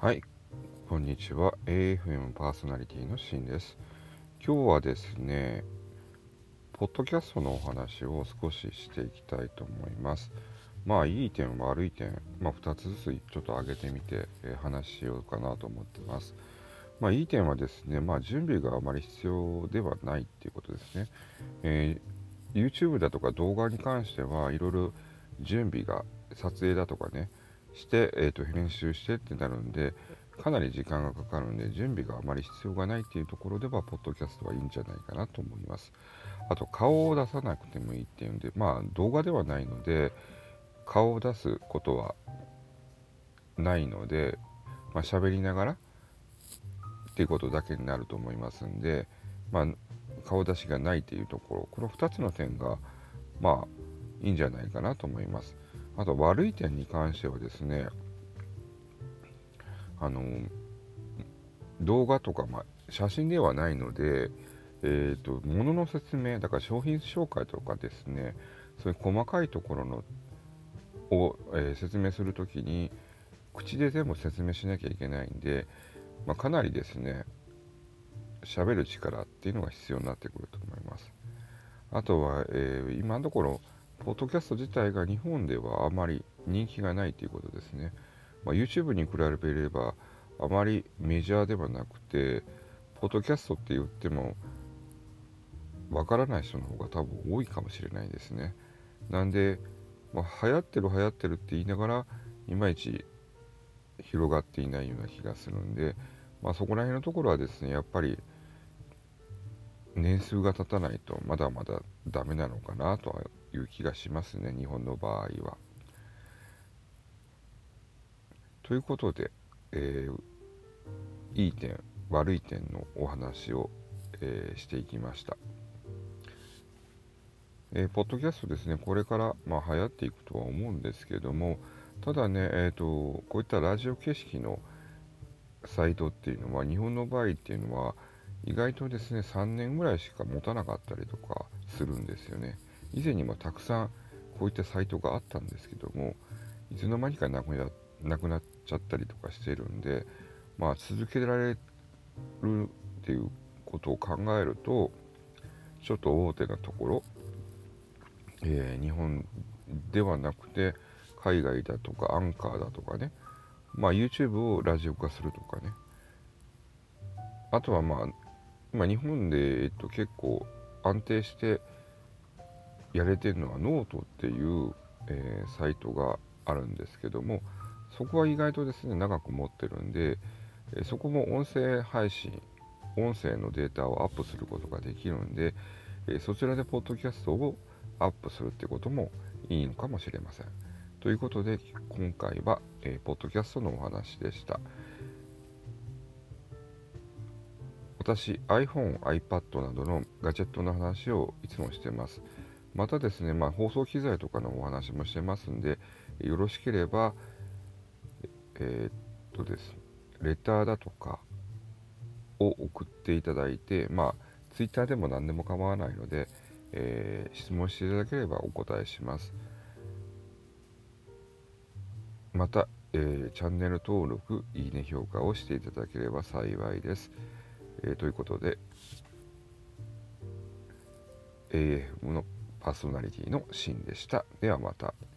はい、こんにちは。AFM パーソナリティのシンです。今日はですね、ポッドキャストのお話を少ししていきたいと思います。いい点、悪い点、2つずつちょっと挙げてみて、話しようかなと思ってます。いい点はですね、準備があまり必要ではないっていうことですね。YouTube だとか動画に関してはいろいろ準備が撮影だとかねして、編集してってなるんでかなり時間がかかるんで準備があまり必要がないっていうところではポッドキャストはいいんじゃないかなと思います。あと顔を出さなくてもいいっていうんで動画ではないので顔を出すことはないので喋りながらっていうことだけになると思いますんで顔出しがないっていうところこの2つの点がいいんじゃないかなと思います。あと悪い点に関してはですね、あの動画とか、写真ではないので、物の説明だから商品紹介とかですね、そういう細かいところのを、説明するときに口で全部説明しなきゃいけないんで、かなりですね喋る力っていうのが必要になってくると思います。あとは、今のところポッドキャスト自体が日本ではあまり人気がないということですね。YouTube に比べればあまりメジャーではなくて、ポッドキャストって言ってもわからない人の方が多分多いかもしれないですね。なんで、流行ってるって言いながらいまいち広がっていないような気がするんで、そこら辺のところはですね、やっぱり年数が経たないとまだまだダメなのかなという気がしますね、日本の場合は。ということで、いい点悪い点のお話を、していきました。ポッドキャストですね、これから、流行っていくとは思うんですけども、ただね、こういったラジオ形式のサイトっていうのは日本の場合っていうのは意外とですね3年ぐらいしか持たなかったりとかするんですよね。以前にもたくさんこういったサイトがあったんですけども、いつの間にかなくなっちゃったりとかしてるんで、続けられるっていうことを考えるとちょっと大手なところ、日本ではなくて海外だとかアンカーだとかね、YouTube をラジオ化するとかね、あとは今日本で、結構安定してやれてるのはノートっていう、サイトがあるんですけども、そこは意外とですね長く持ってるんで、そこも音声配信音声のデータをアップすることができるんで、そちらでポッドキャストをアップするってこともいいのかもしれません。ということで今回は、ポッドキャストのお話でした。私 iPhone、iPad などのガジェットの話をいつもしてます。またですね、放送機材とかのお話もしてますんで、よろしければ、ですね、レターだとかを送っていただいて、Twitter でも何でも構わないので、質問していただければお答えします。また、チャンネル登録、いいね評価をしていただければ幸いです。ということで、AFM のパーソナリティのシンでした。ではまた。